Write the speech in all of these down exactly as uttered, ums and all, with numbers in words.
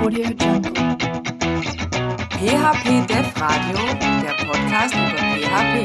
Audio Jungle. P H P Dev Radio, der Podcast über P H P.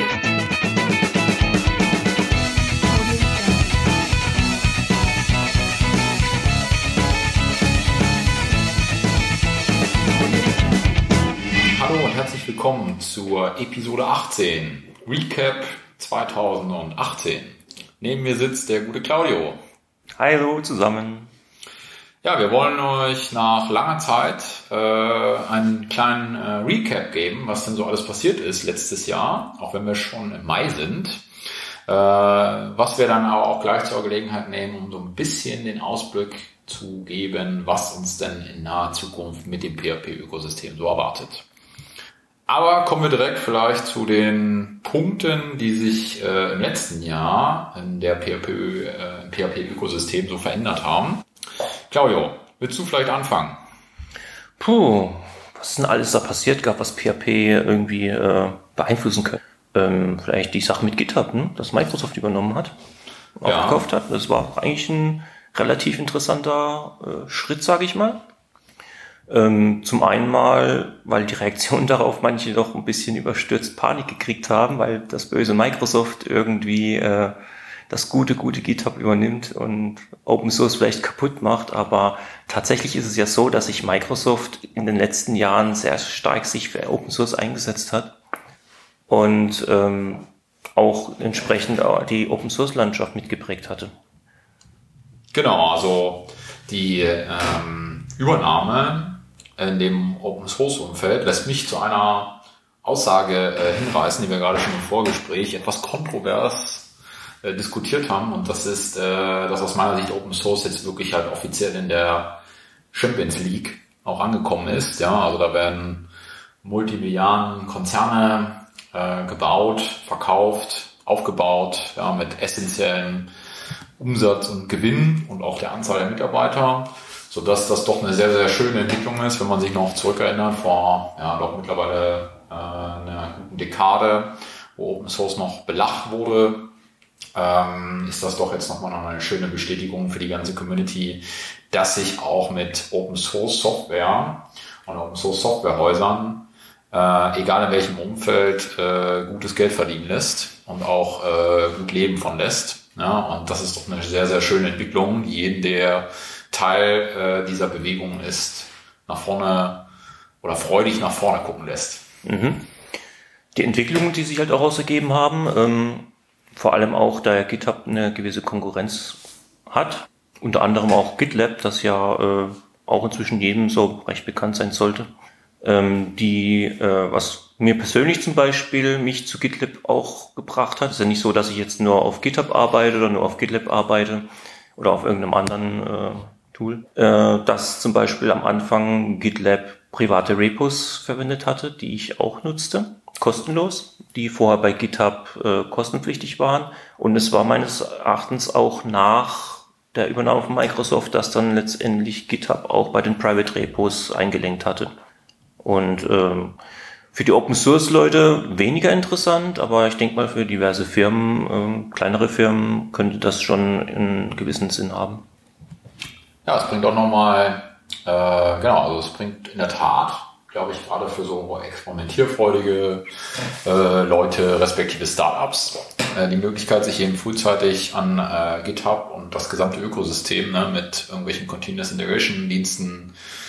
Hallo und herzlich willkommen zur Episode achtzehn, Recap zweitausendachtzehn. Neben mir sitzt der gute Claudio. Hallo zusammen. Ja, wir wollen euch nach langer Zeit äh, einen kleinen äh, Recap geben, was denn so alles passiert ist letztes Jahr, auch wenn wir schon im Mai sind. Äh, was wir dann aber auch gleich zur Gelegenheit nehmen, um so ein bisschen den Ausblick zu geben, was uns denn in naher Zukunft mit dem P H P-Ökosystem so erwartet. Aber kommen wir direkt vielleicht zu den Punkten, die sich äh, im letzten Jahr in der P H P, äh, im P H P-Ökosystem so verändert haben. Claudio, willst du vielleicht anfangen? Puh, was ist denn alles da passiert gab, was P H P irgendwie äh, beeinflussen könnte? Ähm, vielleicht die Sache mit GitHub, ne? Das Microsoft übernommen hat, Ja. aufgekauft hat. Das war eigentlich ein relativ interessanter äh, Schritt, sage ich mal. Ähm, zum einen mal, weil die Reaktion darauf manche doch ein bisschen überstürzt Panik gekriegt haben, weil das böse Microsoft irgendwie äh, das gute, gute GitHub übernimmt und Open Source vielleicht kaputt macht. Aber tatsächlich ist es ja so, dass sich Microsoft in den letzten Jahren sehr stark sich für Open Source eingesetzt hat und ähm, auch entsprechend die Open Source Landschaft mitgeprägt hatte. Genau, also die ähm, Übernahme in dem Open Source Umfeld lässt mich zu einer Aussage äh, hinreißen, die wir gerade schon im Vorgespräch etwas kontrovers äh, diskutiert haben. Und das ist, äh, dass aus meiner Sicht Open Source jetzt wirklich halt offiziell in der Champions League auch angekommen ist. Ja, also da werden Multimilliarden Konzerne äh, gebaut, verkauft, aufgebaut, ja, mit essentiellem Umsatz und Gewinn und auch der Anzahl der Mitarbeiter, sodass das doch eine sehr, sehr schöne Entwicklung ist, wenn man sich noch zurückerinnert vor, ja, doch mittlerweile äh, einer guten Dekade, wo Open Source noch belacht wurde, ähm, ist das doch jetzt nochmal noch eine schöne Bestätigung für die ganze Community, dass sich auch mit Open Source Software und Open Source Softwarehäusern, äh, egal in welchem Umfeld, äh, gutes Geld verdienen lässt und auch äh, gut leben von lässt. Ja, und das ist doch eine sehr, sehr schöne Entwicklung, die jeden, der Teil äh, dieser Bewegung ist, nach vorne oder freudig nach vorne gucken lässt. Mhm. Die Entwicklungen, die sich halt auch ausgegeben haben, ähm, vor allem auch, da GitHub eine gewisse Konkurrenz hat, unter anderem auch GitLab, das ja äh, auch inzwischen jedem so recht bekannt sein sollte, ähm, die, äh, was mir persönlich zum Beispiel mich zu GitLab auch gebracht hat. Es ist ja nicht so, dass ich jetzt nur auf GitHub arbeite oder nur auf GitLab arbeite oder auf irgendeinem anderen äh, Tool. Äh, dass zum Beispiel am Anfang GitLab private Repos verwendet hatte, die ich auch nutzte, kostenlos, die vorher bei GitHub äh, kostenpflichtig waren. Und es war meines Erachtens auch nach der Übernahme von Microsoft, dass dann letztendlich GitHub auch bei den Private Repos eingelenkt hatte. Und ähm, für die Open-Source-Leute weniger interessant, aber ich denke mal für diverse Firmen, äh, kleinere Firmen, könnte das schon einen gewissen Sinn haben. Ja, es bringt auch nochmal, äh, genau, also es bringt in der Tat, glaube ich, gerade für so experimentierfreudige äh, Leute, respektive Startups, äh, die Möglichkeit, sich eben frühzeitig an äh, GitHub und das gesamte Ökosystem, ne, mit irgendwelchen Continuous Integration Diensten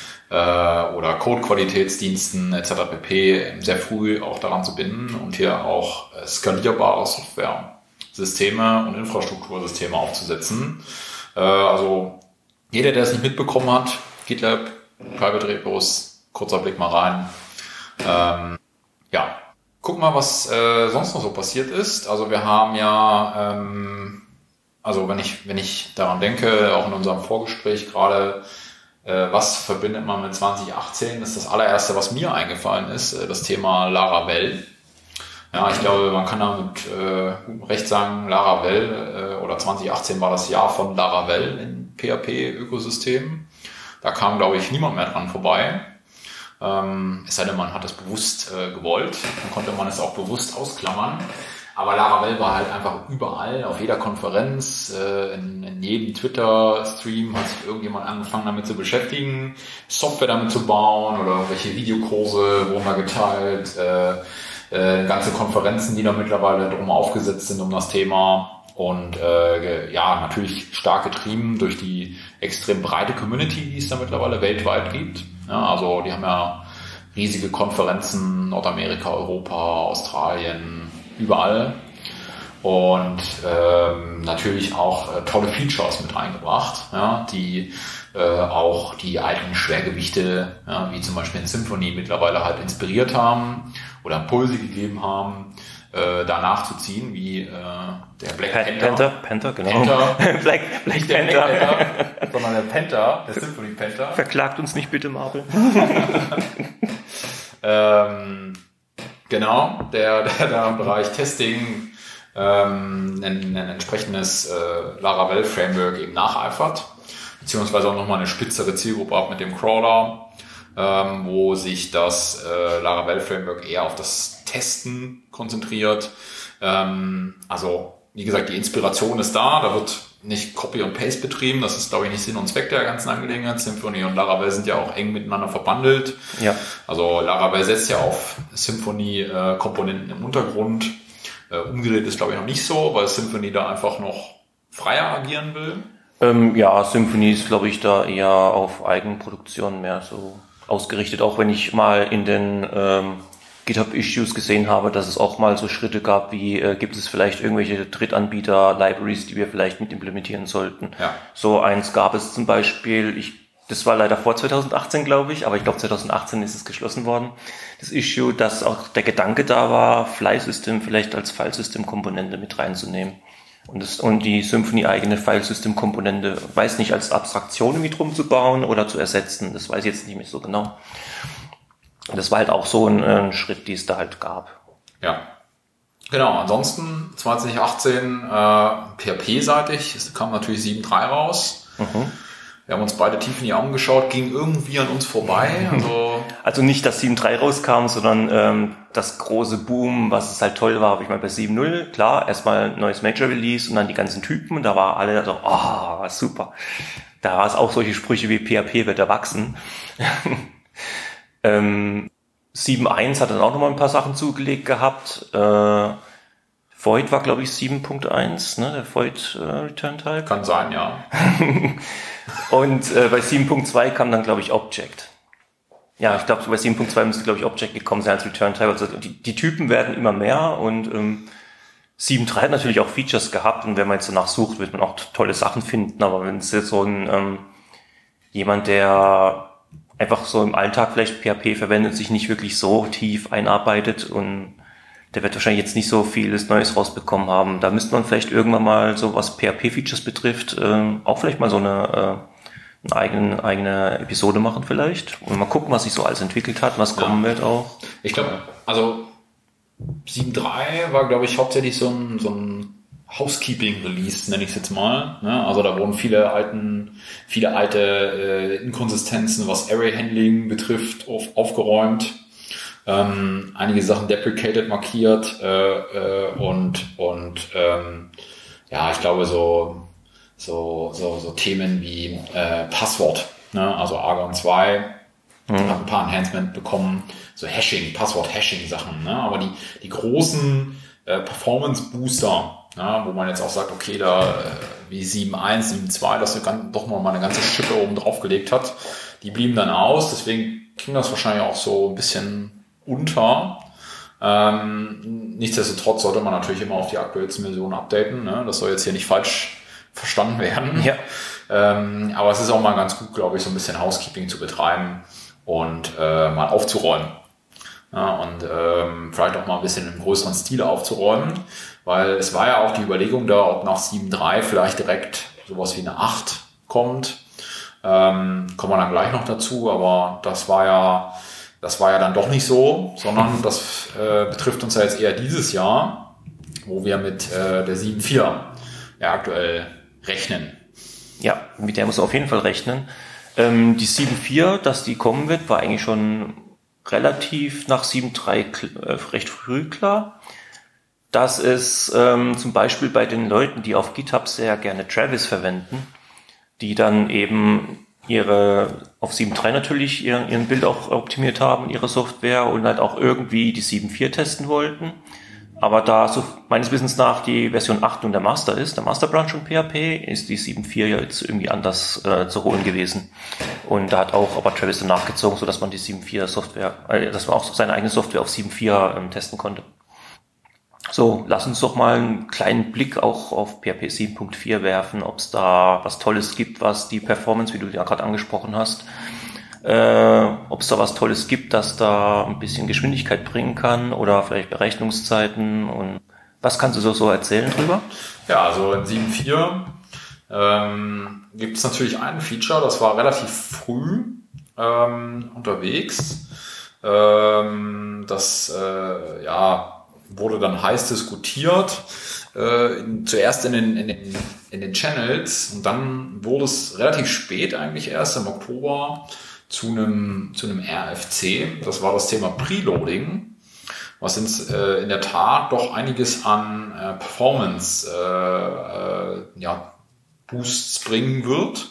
oder Code-Qualitätsdiensten et cetera pp. Sehr früh auch daran zu binden und hier auch skalierbare Software-Systeme und Infrastruktursysteme aufzusetzen. Also jeder, der es nicht mitbekommen hat, GitLab, Private Repos, kurzer Blick mal rein. Ähm, ja, gucken mal, was äh, sonst noch so passiert ist. Also wir haben ja, ähm, also wenn ich, wenn ich daran denke, auch in unserem Vorgespräch gerade, was verbindet man mit zwanzig achtzehn? Das ist das allererste, was mir eingefallen ist, das Thema Laravel. Ja, ich glaube, man kann da mit äh, gutem Recht sagen, Laravel äh, oder zwanzig achtzehn war das Jahr von Laravel im P H P-Ökosystem. Da kam, glaube ich, niemand mehr dran vorbei. Ähm, es sei denn, man hat es bewusst äh, gewollt. Dann konnte man es auch bewusst ausklammern. Aber Laravel war halt einfach überall, auf jeder Konferenz, äh, in, in jedem Twitter-Stream hat sich irgendjemand angefangen damit zu beschäftigen, Software damit zu bauen oder welche Videokurse wurden da geteilt, äh, äh, ganze Konferenzen, die da mittlerweile drum aufgesetzt sind um das Thema. Und äh, ja, natürlich stark getrieben durch die extrem breite Community, die es da mittlerweile weltweit gibt. Ja, also die haben ja riesige Konferenzen, Nordamerika, Europa, Australien, überall. Und ähm, natürlich auch äh, tolle Features mit reingebracht, ja, die äh, auch die alten Schwergewichte, ja, wie zum Beispiel in Symfony mittlerweile halt inspiriert haben oder Impulse gegeben haben, äh, da nachzuziehen, wie äh, der Black Pan- Panther. Panther, Panther, genau. Panther. Black, Black Nicht der Panther. Black Panther, sondern der Panther, der Symphony Panther. Verklagt uns nicht bitte, Marvel. ähm, genau, der, der da im Bereich Testing ähm, ein, ein entsprechendes äh, Laravel-Framework eben nacheifert, beziehungsweise auch nochmal eine spitzere Zielgruppe hat mit dem Crawler, ähm, wo sich das äh, Laravel-Framework eher auf das Testen konzentriert. Ähm, also, wie gesagt, die Inspiration ist da, da wird nicht Copy und Paste betrieben, das ist, glaube ich, nicht Sinn und Zweck der ganzen Angelegenheit. Symfony und Laravel sind ja auch eng miteinander verbandelt. Ja. Also Laravel setzt ja auf Symfony-Komponenten im Untergrund. Äh, umgedreht ist, glaube ich, noch nicht so, weil Symfony da einfach noch freier agieren will. Ähm, ja, Symfony ist, glaube ich, da eher auf Eigenproduktion mehr so ausgerichtet, auch wenn ich mal in den ähm, GitHub-Issues gesehen habe, dass es auch mal so Schritte gab, wie äh, gibt es vielleicht irgendwelche Drittanbieter-Libraries, die wir vielleicht mit implementieren sollten. Ja. So eins gab es zum Beispiel, ich das war leider vor zwanzig achtzehn, glaube ich, aber ich glaube zwanzig achtzehn ist es geschlossen worden, das Issue, dass auch der Gedanke da war, File-System vielleicht als File-System-Komponente mit reinzunehmen. Und, das, und die Symfony-eigene File-System-Komponente, weiß nicht, als Abstraktion irgendwie drum zu bauen oder zu ersetzen, das weiß ich jetzt nicht mehr so genau. Das war halt auch so ein, ein Schritt, die es da halt gab. Ja, genau. Ansonsten zwanzig achtzehn äh, P H P-seitig, es kam natürlich sieben Punkt drei raus. Mhm. Wir haben uns beide tief in die Augen geschaut, ging irgendwie an uns vorbei. Also, also nicht, dass sieben Punkt drei rauskam, sondern ähm, das große Boom, was es halt toll war, habe ich mal bei sieben Punkt null, klar, erstmal ein neues Major-Release und dann die ganzen Typen und da war alle so, oh, super. Da war es auch solche Sprüche wie P H P wird erwachsen. ähm, sieben Punkt eins hat dann auch nochmal ein paar Sachen zugelegt gehabt. Äh, Void war, glaube ich, sieben Punkt eins, ne, der Void äh, Return Type. kann sein, ja. Und äh, bei sieben Punkt zwei kam dann, glaube ich, Object. Ja, ich glaube, bei sieben Punkt zwei müsste, glaube ich, Object gekommen sein als Return Type. Also die, die Typen werden immer mehr und ähm, sieben Punkt drei hat natürlich auch Features gehabt und wenn man jetzt danach sucht, wird man auch tolle Sachen finden. Aber wenn es jetzt so ein ähm, jemand, der einfach so im Alltag vielleicht P H P verwendet, sich nicht wirklich so tief einarbeitet und der wird wahrscheinlich jetzt nicht so vieles Neues rausbekommen haben. Da müsste man vielleicht irgendwann mal so, was P H P-Features betrifft, äh, auch vielleicht mal so eine, äh, eine eigene, eigene Episode machen vielleicht. Und mal gucken, was sich so alles entwickelt hat, was kommen Ja. wird auch. Ich glaube, also sieben Punkt drei war, glaube ich, hauptsächlich so ein, so ein Housekeeping-Release, nenne ich es jetzt mal. Ne? Also da wurden viele alten, viele alte äh, Inkonsistenzen, was Array-Handling betrifft, auf, aufgeräumt. Ähm, einige Sachen deprecated markiert äh, äh, und und ähm, ja, ich glaube so so so so Themen wie äh, Passwort, ne? Also Argon zwei mhm. hat ein paar Enhancement bekommen, so Hashing, Passwort-Hashing-Sachen, ne? Aber die die großen äh, Performance-Booster, ne? Wo man jetzt auch sagt, okay, da äh, wie sieben Punkt eins, sieben Punkt zwei, dass er doch noch mal eine ganze Schippe oben drauf gelegt hat, die blieben dann aus, deswegen ging das wahrscheinlich auch so ein bisschen unter. Ähm, nichtsdestotrotz sollte man natürlich immer auf die aktuellsten Versionen updaten. Ne? Das soll jetzt hier nicht falsch verstanden werden. Ja. Ähm, aber es ist auch mal ganz gut, glaube ich, so ein bisschen Housekeeping zu betreiben und äh, mal aufzuräumen. Ja, und ähm, vielleicht auch mal ein bisschen im größeren Stile aufzuräumen, weil es war ja auch die Überlegung da, ob nach sieben Punkt drei vielleicht direkt sowas wie eine acht kommt. Ähm, kommen wir dann gleich noch dazu, aber das war ja Das war ja dann doch nicht so, sondern das äh, betrifft uns ja jetzt eher dieses Jahr, wo wir mit äh, der sieben Punkt vier ja aktuell rechnen. Ja, mit der muss man auf jeden Fall rechnen. Ähm, die sieben Punkt vier, dass die kommen wird, war eigentlich schon relativ nach sieben Punkt drei äh, recht früh klar. dass es ähm, zum Beispiel bei den Leuten, die auf GitHub sehr gerne Travis verwenden, die dann eben ihre auf sieben Punkt drei natürlich ihren, ihren Build auch optimiert haben, ihre Software und halt auch irgendwie die sieben Punkt vier testen wollten. Aber da so meines Wissens nach die Version acht und der Master ist, der Master Branch von P H P, ist die sieben Punkt vier ja jetzt irgendwie anders äh, zu holen gewesen. Und da hat auch aber Travis dann nachgezogen, sodass man die sieben Punkt vier Software, äh, dass man auch seine eigene Software auf sieben Punkt vier ähm, testen konnte. So, lass uns doch mal einen kleinen Blick auch auf P H P sieben Punkt vier werfen, ob es da was Tolles gibt, was die Performance, wie du ja gerade angesprochen hast, äh, ob es da was Tolles gibt, das da ein bisschen Geschwindigkeit bringen kann oder vielleicht Berechnungszeiten und was kannst du so, so erzählen drüber? Ja, also in sieben Punkt vier ähm, gibt es natürlich ein Feature, das war relativ früh ähm, unterwegs. Ähm, das äh, ja wurde dann heiß diskutiert, äh, in, zuerst in den, in, den, in den Channels und dann wurde es relativ spät eigentlich erst im Oktober zu einem, zu einem R F C. Das war das Thema Preloading, was ins, äh, in der Tat doch einiges an äh, Performance äh, äh, ja, Boosts bringen wird.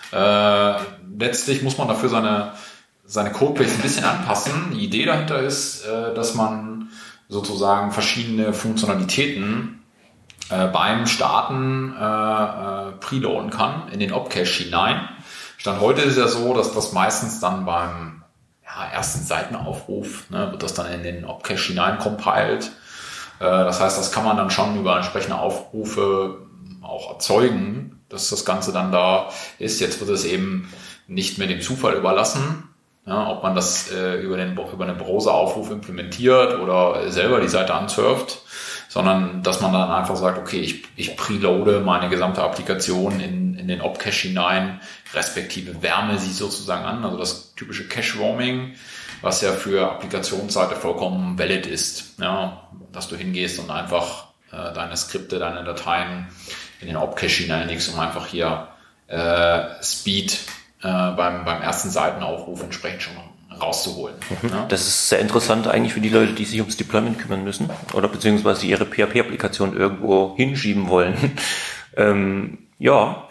Äh, letztlich muss man dafür seine, seine Codebase ein bisschen anpassen. Die Idee dahinter ist, äh, dass man sozusagen verschiedene Funktionalitäten äh, beim Starten äh, äh, preloaden kann in den Opcache hinein. Stand heute ist ja so, dass das meistens dann beim ja, ersten Seitenaufruf, ne, wird das dann in den Opcache hinein compiled. Äh, das heißt, das kann man dann schon über entsprechende Aufrufe auch erzeugen, dass das Ganze dann da ist. Jetzt wird es eben nicht mehr dem Zufall überlassen, ja, ob man das äh, über den über einen Browser-Aufruf implementiert oder selber die Seite ansurft, sondern dass man dann einfach sagt, okay, ich, ich preloade meine gesamte Applikation in, in den Opcache hinein, respektive wärme sie sozusagen an, also das typische Cache-Warming, was ja für Applikationsseite vollkommen valid ist, ja, dass du hingehst und einfach äh, deine Skripte, deine Dateien in den Opcache hineinlegst, um einfach hier äh, Speed beim, beim ersten Seitenaufruf entsprechend schon rauszuholen. Mhm. Ja. Das ist sehr interessant eigentlich für die Leute, die sich ums Deployment kümmern müssen oder beziehungsweise ihre P H P-Applikation irgendwo hinschieben wollen. ähm, ja,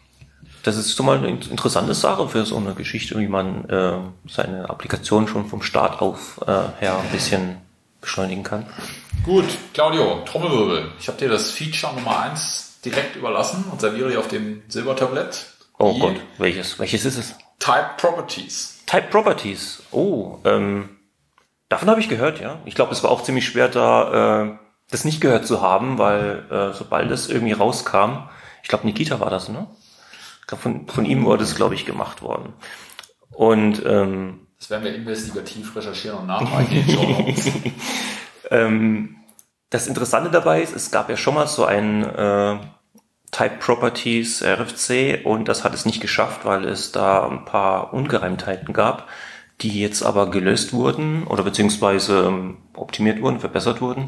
das ist schon mal eine interessante Sache für so eine Geschichte, wie man äh, seine Applikation schon vom Start auf äh, her ein bisschen beschleunigen kann. Gut, Claudio, Trommelwirbel. Ich habe dir das Feature Nummer eins direkt überlassen und serviere dir auf dem Silbertablett. Oh Die Gott, welches? Welches ist es? Type Properties. Type Properties. Oh, ähm, davon habe ich gehört, ja. Ich glaube, es war auch ziemlich schwer, da äh, das nicht gehört zu haben, weil äh, sobald es irgendwie rauskam, ich glaube, Nikita war das, ne? Ich glaube, von, von ihm wurde es, glaube ich, gemacht worden. Und ähm, das werden wir investigativ recherchieren und nachreichen. ähm, das Interessante dabei ist, es gab ja schon mal so ein äh, Type Properties R F C und das hat es nicht geschafft, weil es da ein paar Ungereimtheiten gab, die jetzt aber gelöst wurden oder beziehungsweise optimiert wurden, verbessert wurden.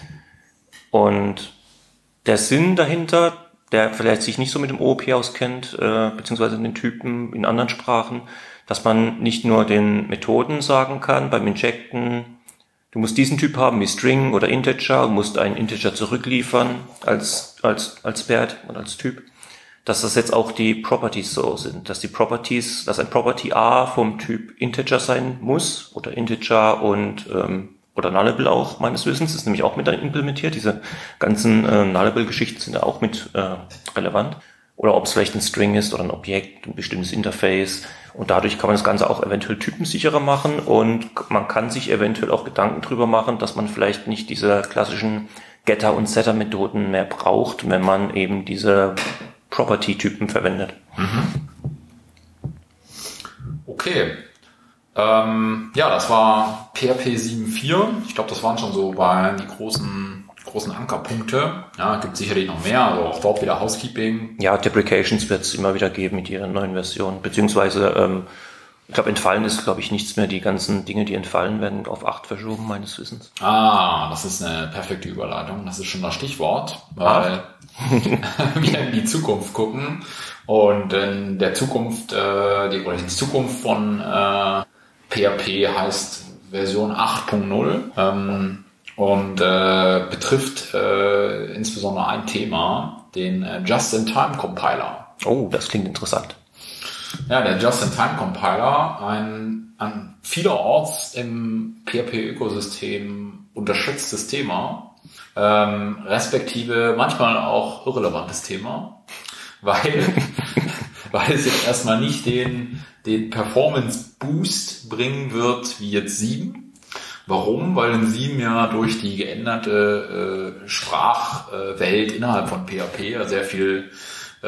Und der Sinn dahinter, der vielleicht sich nicht so mit dem O O P auskennt, äh, beziehungsweise den Typen in anderen Sprachen, dass man nicht nur den Methoden sagen kann beim Injecten, du musst diesen Typ haben wie String oder Integer, du musst einen Integer zurückliefern als, als, als Wert und als Typ, dass das jetzt auch die Properties so sind, dass die Properties, dass ein Property A vom Typ Integer sein muss oder Integer und, ähm, oder Nullable auch, meines Wissens, ist nämlich auch mit implementiert, diese ganzen äh, Nullable-Geschichten sind da auch mit äh, relevant. Oder ob es vielleicht ein String ist oder ein Objekt, ein bestimmtes Interface. Und dadurch kann man das Ganze auch eventuell typensicherer machen und man kann sich eventuell auch Gedanken drüber machen, dass man vielleicht nicht diese klassischen Getter- und Setter-Methoden mehr braucht, wenn man eben diese Property-Typen verwendet. Mhm. Okay. Ähm, ja, das war P H P sieben Punkt vier. Ich glaube, das waren schon so bei die großen großen Ankerpunkte. Ja, gibt sicherlich noch mehr, also auch dort wieder Housekeeping. Ja, Deprecations wird es immer wieder geben mit jeder neuen Version, beziehungsweise ähm, ich glaube, entfallen ist, glaube ich, nichts mehr. Die ganzen Dinge, die entfallen, werden auf acht verschoben, meines Wissens. Ah, das ist eine perfekte Überleitung. Das ist schon das Stichwort, weil wir in die Zukunft gucken und in der Zukunft, äh, die, oder die Zukunft von äh, P H P heißt Version acht Punkt null. Ähm, und äh, betrifft äh, insbesondere ein Thema, den äh, Just-in-Time-Compiler. Oh, das klingt interessant. Ja, der Just-in-Time-Compiler, ein an vielerorts im P H P-Ökosystem unterschätztes Thema, ähm, respektive manchmal auch irrelevantes Thema, weil, weil es jetzt erstmal nicht den, den Performance-Boost bringen wird wie jetzt sieben. Warum? Weil in sieben ja durch die geänderte äh, Sprachwelt innerhalb von P H P ja sehr viel äh,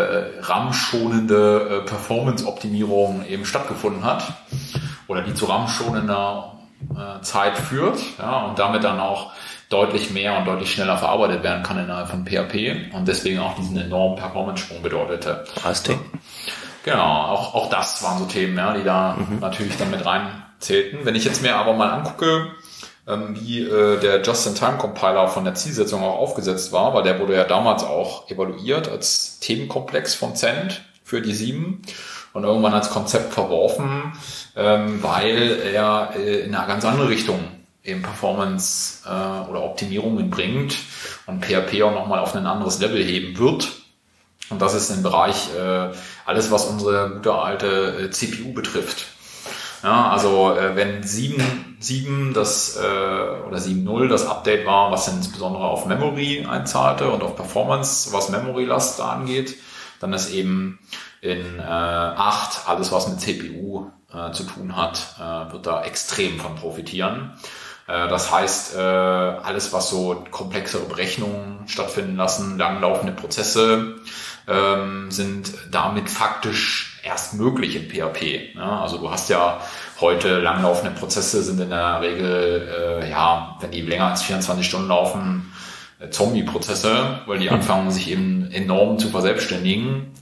RAM-schonende äh, Performance-Optimierung eben stattgefunden hat oder die zu RAM-schonender äh, Zeit führt, ja, und damit dann auch deutlich mehr und deutlich schneller verarbeitet werden kann innerhalb von P H P und deswegen auch diesen enormen Performance-Sprung bedeutete. Fasting. Genau, auch, auch das waren so Themen, ja, die da mhm. natürlich dann mit reinzählten. Wenn ich jetzt mir aber mal angucke, ähm, wie äh, der Just-in-Time-Compiler von der Zielsetzung auch aufgesetzt war, weil der wurde ja damals auch evaluiert als Themenkomplex von Cent für die sieben und irgendwann als Konzept verworfen, ähm, weil er äh, in eine ganz andere Richtung eben Performance äh, oder Optimierungen bringt und P H P auch nochmal auf ein anderes Level heben wird. Und das ist im Bereich äh, alles, was unsere gute alte äh, C P U betrifft. Ja, also äh, wenn sieben sieben das äh, oder sieben Punkt null das Update war, was insbesondere auf Memory einzahlte und auf Performance, was Memory-Last da angeht, dann ist eben in äh, acht alles, was mit C P U äh, zu tun hat, äh, wird da extrem von profitieren. Äh, das heißt, äh, alles, was so komplexere Berechnungen stattfinden lassen, langlaufende Prozesse, ähm, sind damit faktisch erst möglich in P H P. Ja, also du hast ja heute langlaufende Prozesse sind in der Regel, äh, ja, wenn die länger als vierundzwanzig Stunden laufen, äh, Zombie-Prozesse, weil die anfangen, sich eben enorm zu verselbstständigen.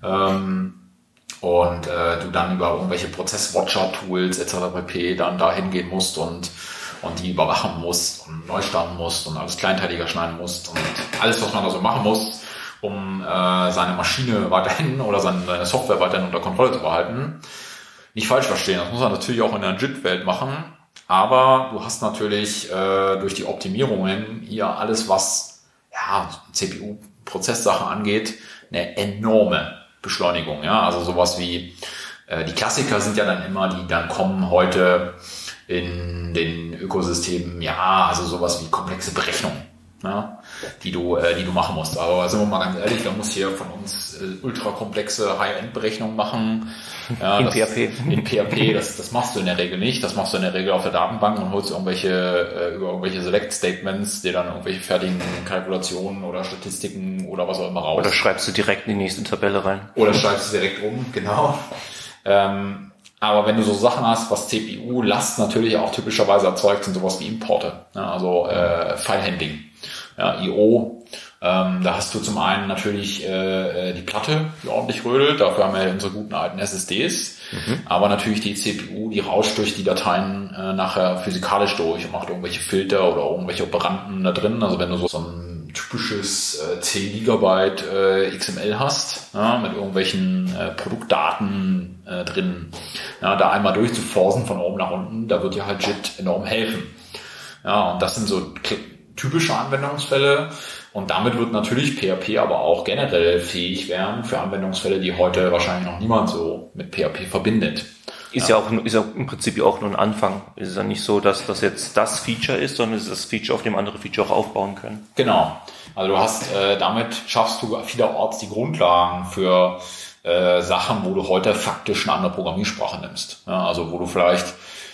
Ähm, und äh, du dann über irgendwelche Prozess-Watcher-Tools et cetera pp. Dann da hingehen musst und und die überwachen musst und neu starten musst und alles kleinteiliger schneiden musst und alles, was man da so machen muss, um äh, seine Maschine weiterhin oder seine, seine Software weiterhin unter Kontrolle zu behalten. Nicht falsch verstehen, das muss man natürlich auch in der J I T-Welt machen, aber du hast natürlich äh, durch die Optimierungen hier alles, was ja, C P U-Prozesssachen angeht, eine enorme Beschleunigung. Ja? Also sowas wie, äh, die Klassiker sind ja dann immer, die dann kommen heute in den Ökosystemen, ja, also sowas wie komplexe Berechnungen, ja, die du, äh, die du machen musst. Aber sind wir mal ganz ehrlich, da muss hier von uns äh, ultrakomplexe High-End-Berechnungen machen. Ja, in das, P H P. In P H P, das, das machst du in der Regel nicht. Das machst du in der Regel auf der Datenbank und holst irgendwelche, äh, über irgendwelche Select-Statements, dir dann irgendwelche fertigen Kalkulationen oder Statistiken oder was auch immer raus. Oder schreibst du direkt in die nächste Tabelle rein. Oder schreibst du direkt um, genau. Ähm, Aber wenn du so Sachen hast, was C P U-Last natürlich auch typischerweise erzeugt, sind sowas wie Importe, ja, also äh, File-Handling, ja, I O. Ähm, da hast du zum einen natürlich äh, die Platte, die ordentlich rödelt, dafür haben wir unsere guten alten S S Ds, mhm. aber natürlich die C P U, die rauscht durch die Dateien äh, nachher physikalisch durch und macht irgendwelche Filter oder irgendwelche Operanten da drin. Also wenn du so, so ein typisches äh, zehn Gigabyte äh, X M L hast, ja, mit irgendwelchen äh, Produktdaten äh, drin, ja, da einmal durchzuforsen von oben nach unten, da wird dir halt J I T enorm helfen. Ja, und das sind so typische Anwendungsfälle und damit wird natürlich P H P aber auch generell fähig werden für Anwendungsfälle, die heute wahrscheinlich noch niemand so mit P H P verbindet. Ist ja, ja auch ist ja im Prinzip auch nur ein Anfang. Es ist ja nicht so, dass das jetzt das Feature ist, sondern es ist das Feature, auf dem andere Feature auch aufbauen können. Genau. Also du hast äh, damit schaffst du vielerorts die Grundlagen für äh, Sachen, wo du heute faktisch eine andere Programmiersprache nimmst. Ja, also wo du vielleicht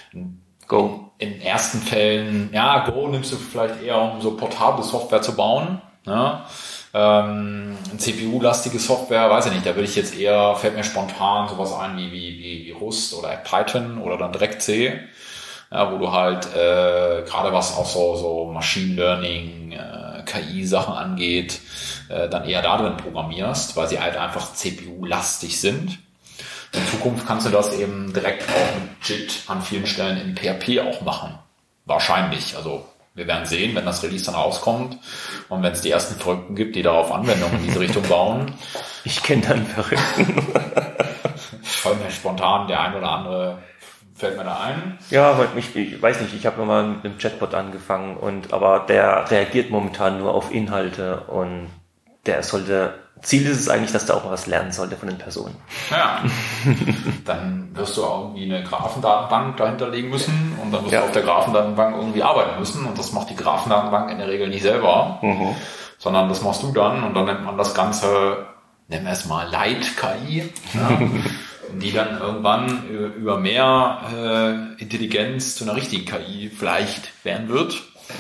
Go in ersten Fällen, ja, Go nimmst du vielleicht eher, um so portable Software zu bauen. Ja. Ähm, C P U-lastige Software, weiß ich nicht, da würde ich jetzt eher, fällt mir spontan sowas ein wie, wie, wie, wie Rust oder Python oder dann direkt C, ja, wo du halt äh, gerade was auch so, so Machine Learning, äh, K I-Sachen angeht, äh, dann eher da drin programmierst, weil sie halt einfach C P U-lastig sind. In Zukunft kannst du das eben direkt auch mit J I T an vielen Stellen in P H P auch machen. Wahrscheinlich, also wir werden sehen, wenn das Release dann rauskommt und wenn es die ersten Verrückten gibt, die darauf Anwendungen in diese Richtung bauen. Ich kenne dann Verrückten. Voll mir spontan der ein oder andere fällt mir da ein. Ja, ich, ich weiß nicht, ich habe nochmal mit einem Chatbot angefangen, und aber der reagiert momentan nur auf Inhalte, und der sollte, Ziel ist es eigentlich, dass der auch mal was lernen sollte von den Personen. Ja, dann wirst du auch irgendwie eine Graphendatenbank dahinter legen müssen, und dann wirst ja. du auf der Graphendatenbank irgendwie arbeiten müssen, und das macht die Graphendatenbank in der Regel nicht selber, mhm. sondern das machst du dann, und dann nennt man das Ganze, nennen wir es mal Light-K I, ja, die dann irgendwann über mehr äh, Intelligenz zu einer richtigen K I vielleicht werden wird.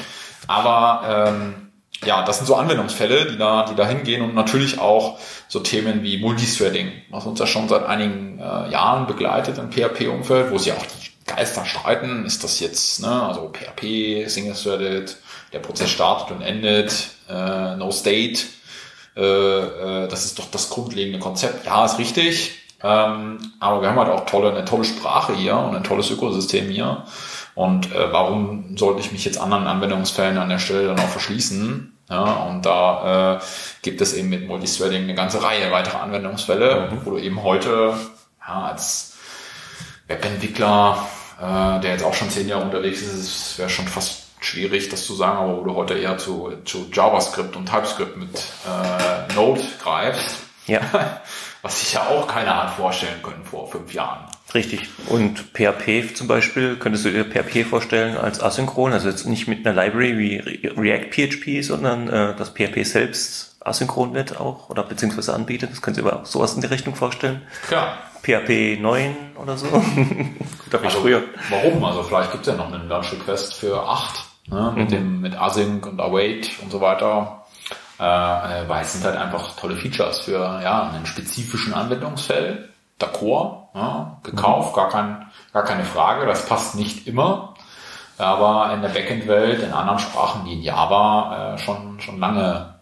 Aber ähm, ja, das sind so Anwendungsfälle, die da, die da hingehen, und natürlich auch so Themen wie Multithreading, was uns ja schon seit einigen äh, Jahren begleitet im P H P-Umfeld, wo es ja auch die Geister streiten. Ist das jetzt, ne, also P H P, Single-Threaded, der Prozess startet und endet, äh, No State, äh, äh, das ist doch das grundlegende Konzept. Ja, ist richtig. Ähm, aber wir haben halt auch tolle, eine tolle Sprache hier und ein tolles Ökosystem hier. Und äh, warum sollte ich mich jetzt anderen Anwendungsfällen an der Stelle dann auch verschließen? Ja, und da äh, gibt es eben mit Multithreading eine ganze Reihe weiterer Anwendungsfälle, mhm. wo du eben heute ja, als Webentwickler, äh, der jetzt auch schon zehn Jahre unterwegs ist, wäre schon fast schwierig, das zu sagen, aber wo du heute eher zu, zu JavaScript und TypeScript mit äh, Node greifst. Ja. Was sich ja auch keiner hat vorstellen können vor fünf Jahren. Richtig. Und P H P zum Beispiel, könntest du dir P H P vorstellen als asynchron, also jetzt nicht mit einer Library wie React P H P, sondern äh, dass P H P selbst asynchron wird auch, oder beziehungsweise anbietet. Das könnt ihr aber auch sowas in die Richtung vorstellen. Ja. P H P neun oder so. Gut, hab ich also, früher. Warum? Also vielleicht gibt es ja noch einen Launch Request für acht, ne, mit mhm. dem mit Async und Await und so weiter. Äh, weil es sind halt einfach tolle Features für ja einen spezifischen Anwendungsfall. D'accord, ja, gekauft, mhm. gar, kein, gar keine Frage. Das passt nicht immer, aber in der Backend-Welt, in anderen Sprachen wie in Java, äh, schon schon lange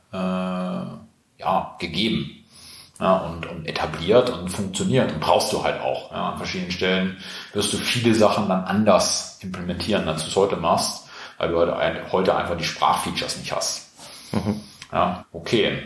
äh, ja gegeben, ja, und, und etabliert und funktioniert, und brauchst du halt auch. Ja, an verschiedenen Stellen wirst du viele Sachen dann anders implementieren, als du es heute machst, weil du heute, heute einfach die Sprachfeatures nicht hast. Mhm. Ja, okay.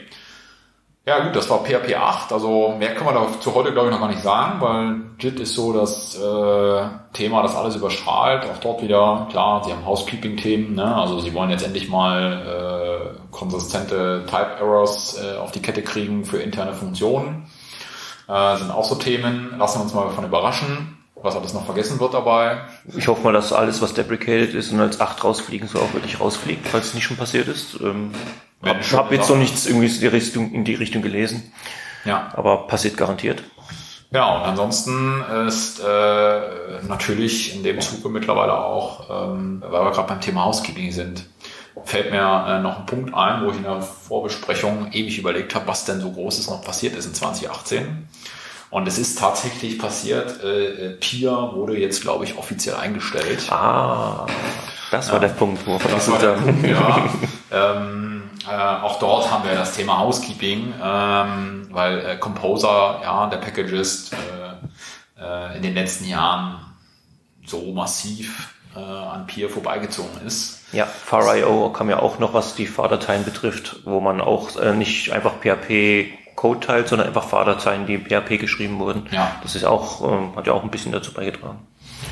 Ja gut, das war P H P acht, also mehr kann man dazu heute glaube ich noch gar nicht sagen, weil J I T ist so das äh, Thema, das alles überstrahlt. Auch dort wieder, klar, sie haben Housekeeping-Themen, ne? Also sie wollen jetzt endlich mal äh, konsistente Type-Errors äh, auf die Kette kriegen für interne Funktionen. Äh, sind auch so Themen, lassen wir uns mal davon überraschen, was alles noch vergessen wird dabei. Ich hoffe mal, dass alles, was deprecated ist und als acht rausfliegen soll, auch wirklich rausfliegt, falls es nicht schon passiert ist. Ähm, Ich habe jetzt noch nichts irgendwie in die Richtung, in die Richtung gelesen, ja, aber passiert garantiert. Ja, und ansonsten ist äh, natürlich in dem Zuge mittlerweile auch, ähm, weil wir gerade beim Thema Housekeeping sind, fällt mir äh, noch ein Punkt ein, wo ich in der Vorbesprechung ewig überlegt habe, was denn so Großes noch passiert ist in zwanzig achtzehn. Und es ist tatsächlich passiert, äh, P I A wurde jetzt, glaube ich, offiziell eingestellt. Ah, das war ja der Punkt, wo wir das war der Punkt, ja. ähm, Äh, auch dort haben wir das Thema Housekeeping, ähm, weil äh, Composer, ja, der Packages äh, äh, in den letzten Jahren so massiv äh, an P I A vorbeigezogen ist. Ja, Far punkt I O kam ja auch noch, was die Fahrdateien betrifft, wo man auch äh, nicht einfach P H P Code teilt, sondern einfach Fahrdateien, die in P H P geschrieben wurden. Ja. Das ist auch, äh, hat ja auch ein bisschen dazu beigetragen.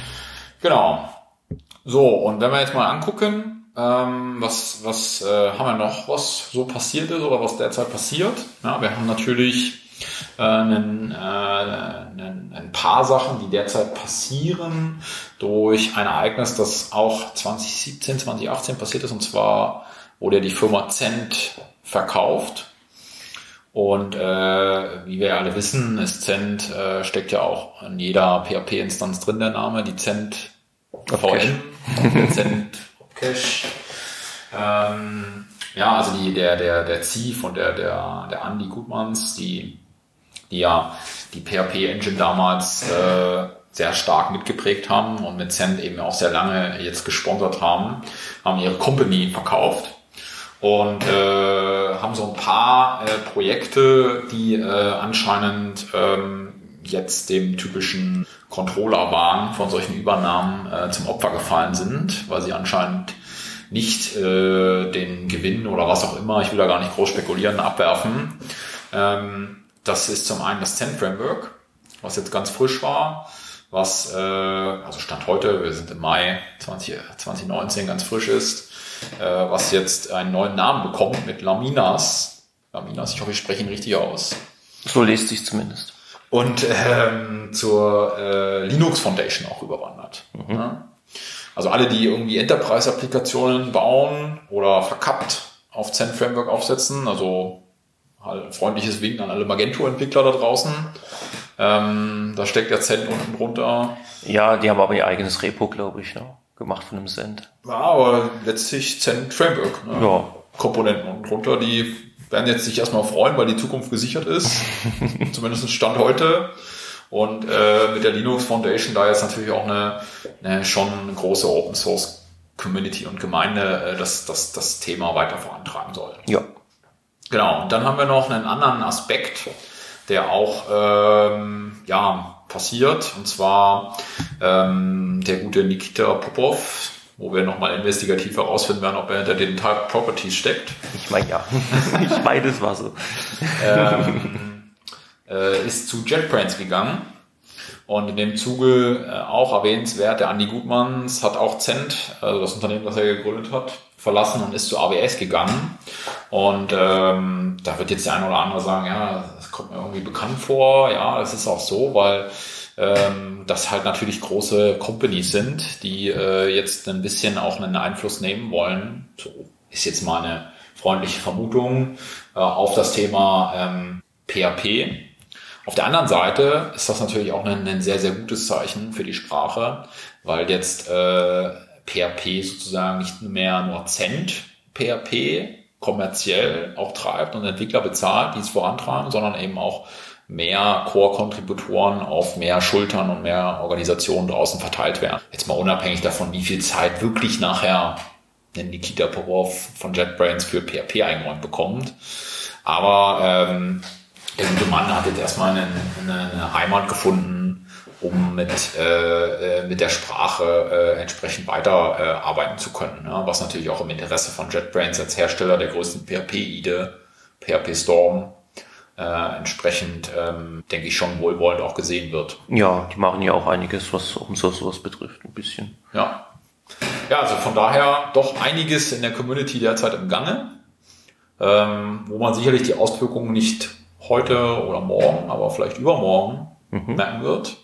Genau. So, und wenn wir jetzt mal angucken, Ähm, was was äh, haben wir noch, was so passiert ist oder was derzeit passiert? Ja, wir haben natürlich äh, einen, äh, einen, ein paar Sachen, die derzeit passieren durch ein Ereignis, das auch zwanzig siebzehn, zwanzig achtzehn passiert ist, und zwar wurde die Firma Cent verkauft. Und äh, wie wir ja alle wissen, ist Cent, äh, steckt ja auch in jeder P H P-Instanz drin, der Name, die Cent V M, der Cent Cache. Ähm, ja, also die, der, der, der Zief und der, der, der Andi Gutmanns, die, die ja die P H P-Engine damals äh, sehr stark mitgeprägt haben und mit Cent eben auch sehr lange jetzt gesponsert haben, haben ihre Company verkauft und äh, haben so ein paar äh, Projekte, die äh, anscheinend ähm, jetzt dem typischen Controller-Wahn von solchen Übernahmen äh, zum Opfer gefallen sind, weil sie anscheinend nicht äh, den Gewinn oder was auch immer, ich will da gar nicht groß spekulieren, abwerfen. Ähm, das ist zum einen das Cent Framework, was jetzt ganz frisch war, was, äh, also Stand heute, wir sind im Mai zwanzig, zwanzig neunzehn, ganz frisch ist, äh, was jetzt einen neuen Namen bekommt mit Laminas. Laminas, ich hoffe, ich spreche ihn richtig aus. So liest sich zumindest. Und ähm, zur äh, Linux Foundation auch überwandert. Mhm. Ja? Also alle, die irgendwie Enterprise-Applikationen bauen oder verkappt auf Zen Framework aufsetzen, also halt freundliches Winken an alle Magento-Entwickler da draußen. Ähm, da steckt ja Zen unten drunter. Ja, die haben aber ihr eigenes Repo, glaube ich, ne? Gemacht von einem Cent. Ja, aber letztlich Zen Framework. Ne? Ja. Komponenten unten drunter, die werden jetzt sich erstmal freuen, weil die Zukunft gesichert ist. Zumindest Stand heute. Und äh, mit der Linux Foundation da jetzt natürlich auch eine, eine schon eine große Open Source Community und Gemeinde äh, das, das, das Thema weiter vorantreiben soll. Ja. Genau. Und dann haben wir noch einen anderen Aspekt, der auch ähm, ja, passiert. Und zwar ähm, der gute Nikita Popov, wo wir nochmal investigativ herausfinden werden, ob er hinter den Type Properties steckt. Ich meine, ja. Ich meine, das war so. ähm, äh, ist zu JetBrains gegangen. Und in dem Zuge äh, auch erwähnenswert, der Andi Gutmanns hat auch Cent, also das Unternehmen, das er gegründet hat, verlassen und ist zu A W S gegangen. Und ähm, da wird jetzt der eine oder andere sagen, ja, das kommt mir irgendwie bekannt vor. Ja, das ist auch so, weil ähm, das halt natürlich große Companies sind, die äh, jetzt ein bisschen auch einen Einfluss nehmen wollen. So ist jetzt mal eine freundliche Vermutung äh, auf das Thema ähm, P H P. Auf der anderen Seite ist das natürlich auch ein, ein sehr, sehr gutes Zeichen für die Sprache, weil jetzt äh, P H P sozusagen nicht mehr nur Cent P H P kommerziell auch treibt und Entwickler bezahlt, die es vorantreiben, sondern eben auch mehr Core-Kontributoren auf mehr Schultern und mehr Organisationen draußen verteilt werden. Jetzt mal unabhängig davon, wie viel Zeit wirklich nachher ein Nikita Popov von JetBrains für P H P eingeräumt bekommt. Aber ähm, der gute Mann hat jetzt erstmal eine, eine Heimat gefunden, um mit, äh, mit der Sprache äh, entsprechend weiter äh, arbeiten zu können. Ne? Was natürlich auch im Interesse von JetBrains als Hersteller der größten P H P-I D E, P H P Storm, äh, entsprechend, ähm, denke ich, schon wohlwollend auch gesehen wird. Ja, die machen ja auch einiges, was Open Source sowas betrifft, ein bisschen. Ja. Ja, also von daher doch einiges in der Community derzeit im Gange, ähm, wo man sicherlich die Auswirkungen nicht heute oder morgen, aber vielleicht übermorgen mhm. merken wird.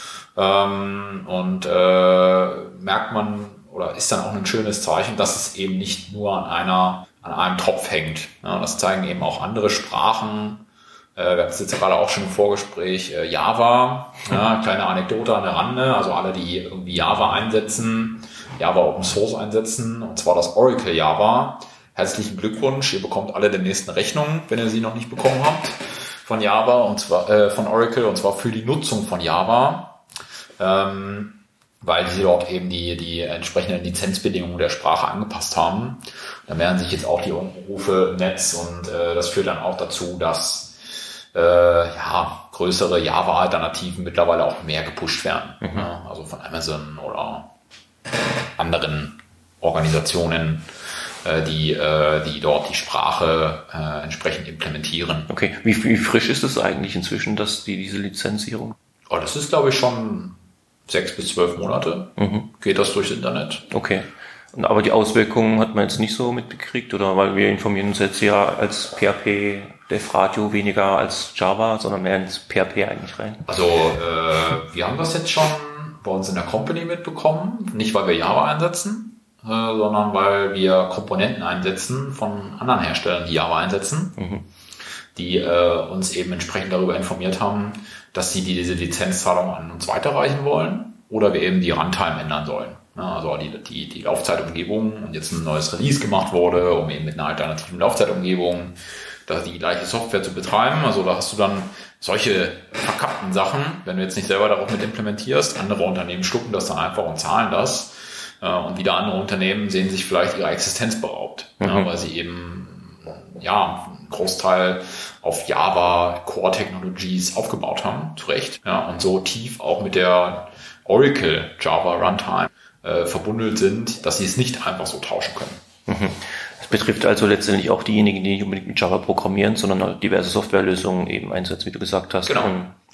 Ähm, und äh, merkt man, oder ist dann auch ein schönes Zeichen, dass es eben nicht nur an einer, an einem Tropf hängt. Ja, das zeigen eben auch andere Sprachen. Äh, wir hatten es jetzt gerade auch schon im Vorgespräch, äh, Java, ja, kleine Anekdote an der Rande, also alle, die irgendwie Java einsetzen, Java Open Source einsetzen, und zwar das Oracle Java. Herzlichen Glückwunsch, ihr bekommt alle demnächst eine Rechnung, wenn ihr sie noch nicht bekommen habt, von Java, und zwar äh, von Oracle, und zwar für die Nutzung von Java, ähm, weil sie dort eben die, die entsprechenden Lizenzbedingungen der Sprache angepasst haben. Da mehren sich jetzt auch die Unrufe im Netz, und äh, das führt dann auch dazu, dass äh, ja, größere Java-Alternativen mittlerweile auch mehr gepusht werden. Mhm. Ja, also von Amazon oder anderen Organisationen, die, die dort die Sprache äh, entsprechend implementieren. Okay, wie, wie frisch ist es eigentlich inzwischen, dass die diese Lizenzierung? Oh, das ist, glaube ich, schon sechs bis zwölf Monate. Mhm. Geht das durchs Internet. Okay. Und, aber die Auswirkungen hat man jetzt nicht so mitbekriegt, oder? Weil wir informieren uns jetzt ja als P H P Dev Radio weniger als Java, sondern mehr ins P H P eigentlich rein. Also äh, wir haben das jetzt schon bei uns in der Company mitbekommen, nicht weil wir Java einsetzen, Äh, sondern weil wir Komponenten einsetzen von anderen Herstellern, die Java einsetzen, mhm. die äh, uns eben entsprechend darüber informiert haben, dass sie die, diese Lizenzzahlung an uns weiterreichen wollen oder wir eben die Runtime ändern sollen. Ja, also die, die, die Laufzeitumgebung, und jetzt ein neues Release gemacht wurde, um eben mit einer alternativen Laufzeitumgebung da die gleiche Software zu betreiben. Also da hast du dann solche verkappten Sachen, wenn du jetzt nicht selber darauf mit implementierst. Andere Unternehmen schlucken das dann einfach und zahlen das. Und wieder andere Unternehmen sehen sich vielleicht ihrer Existenz beraubt, mhm. ja, weil sie eben ja einen Großteil auf Java Core Technologies aufgebaut haben, zu Recht, ja, und so tief auch mit der Oracle Java Runtime äh, verbundelt sind, dass sie es nicht einfach so tauschen können. Mhm. Das betrifft also letztendlich auch diejenigen, die nicht unbedingt mit Java programmieren, sondern diverse Softwarelösungen eben einsetzen, wie du gesagt hast. Genau. Und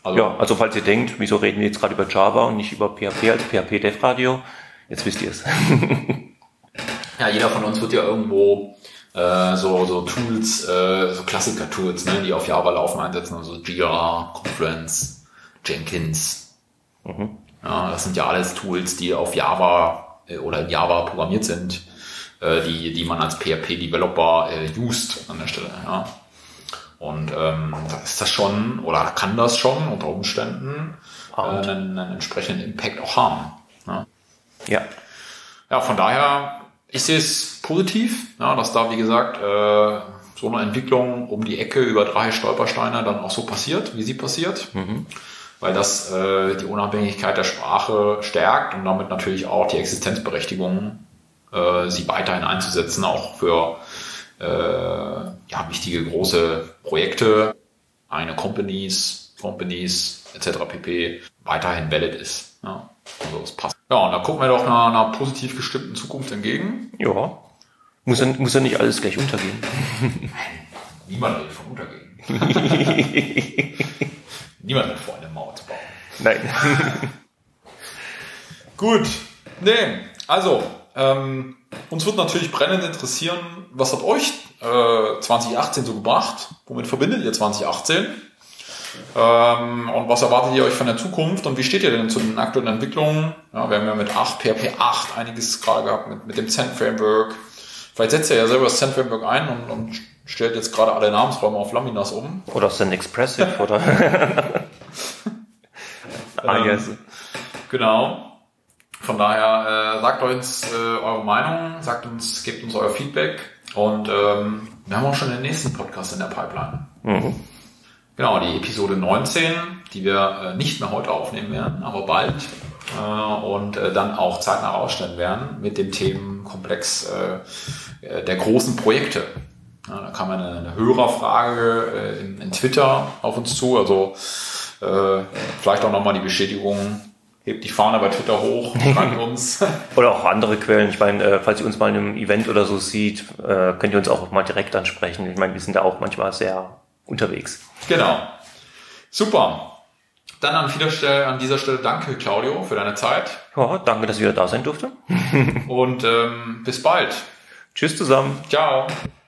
Also, ja, also falls ihr denkt, wieso reden wir jetzt gerade über Java und nicht über P H P als P H P Dev Radio, jetzt wisst ihr es. Ja, jeder von uns wird ja irgendwo äh, so, so Tools, äh, so Klassiker-Tools, ne, die auf Java laufen, einsetzen, also Jira, Confluence, Jenkins. Mhm. Ja, das sind ja alles Tools, die auf Java äh, oder in Java programmiert sind, äh, die, die man als P H P-Developer äh, used an der Stelle. Ja. Und ähm, da ist das schon, oder kann das schon unter Umständen äh, einen, einen entsprechenden Impact auch haben. Ne? Ja. Ja, von daher, ich sehe es positiv, ja, dass da, wie gesagt, äh, so eine Entwicklung um die Ecke über drei Stolpersteine dann auch so passiert, wie sie passiert. Mhm. Weil das äh, die Unabhängigkeit der Sprache stärkt und damit natürlich auch die Existenzberechtigung, äh, sie weiterhin einzusetzen, auch für äh, ja, wichtige große Projekte, eine Companies, Companies et cetera pp. Weiterhin valid ist. Ja, also das passt. Ja, und da gucken wir doch einer, einer positiv gestimmten Zukunft entgegen. Ja, muss ja, muss ja nicht alles gleich untergehen. Niemand will von untergehen. Niemand will vor, eine Mauer zu bauen. Nein. Gut. Nee, also, ähm, uns wird natürlich brennend interessieren, was hat euch äh, zwanzig achtzehn so gebracht? Womit verbindet ihr zwanzig achtzehn? Ähm, und was erwartet ihr euch von der Zukunft? Und wie steht ihr denn zu den aktuellen Entwicklungen? Ja, wir haben ja mit acht, P H P acht einiges gerade gehabt, mit, mit dem Zend-Framework. Vielleicht setzt ihr ja selber das Zend-Framework ein und, und stellt jetzt gerade alle Namensräume auf Laminas um. Oder Zend Expressive, oder? ah, yes. ähm, genau. Von daher äh, sagt uns äh, eure Meinung, sagt uns, gebt uns euer Feedback und ähm, wir haben auch schon den nächsten Podcast in der Pipeline. Mhm. Genau, die Episode neunzehn, die wir äh, nicht mehr heute aufnehmen werden, aber bald äh, und äh, dann auch zeitnah ausstellen werden mit dem Themenkomplex äh, der großen Projekte. Ja, da kam eine, eine Hörerfrage äh, in, in Twitter auf uns zu, also äh, vielleicht auch nochmal die Bestätigung, hebt die Fahne bei Twitter hoch, schreibt uns. Oder auch andere Quellen. Ich meine, äh, falls ihr uns mal in einem Event oder so sieht, äh, könnt ihr uns auch mal direkt ansprechen. Ich meine, wir sind da auch manchmal sehr unterwegs. Genau. Super. Dann an dieser Stelle, an dieser Stelle danke, Claudio, für deine Zeit. Ja, danke, dass ich wieder da sein durfte. Und ähm, bis bald. Tschüss zusammen. Ciao.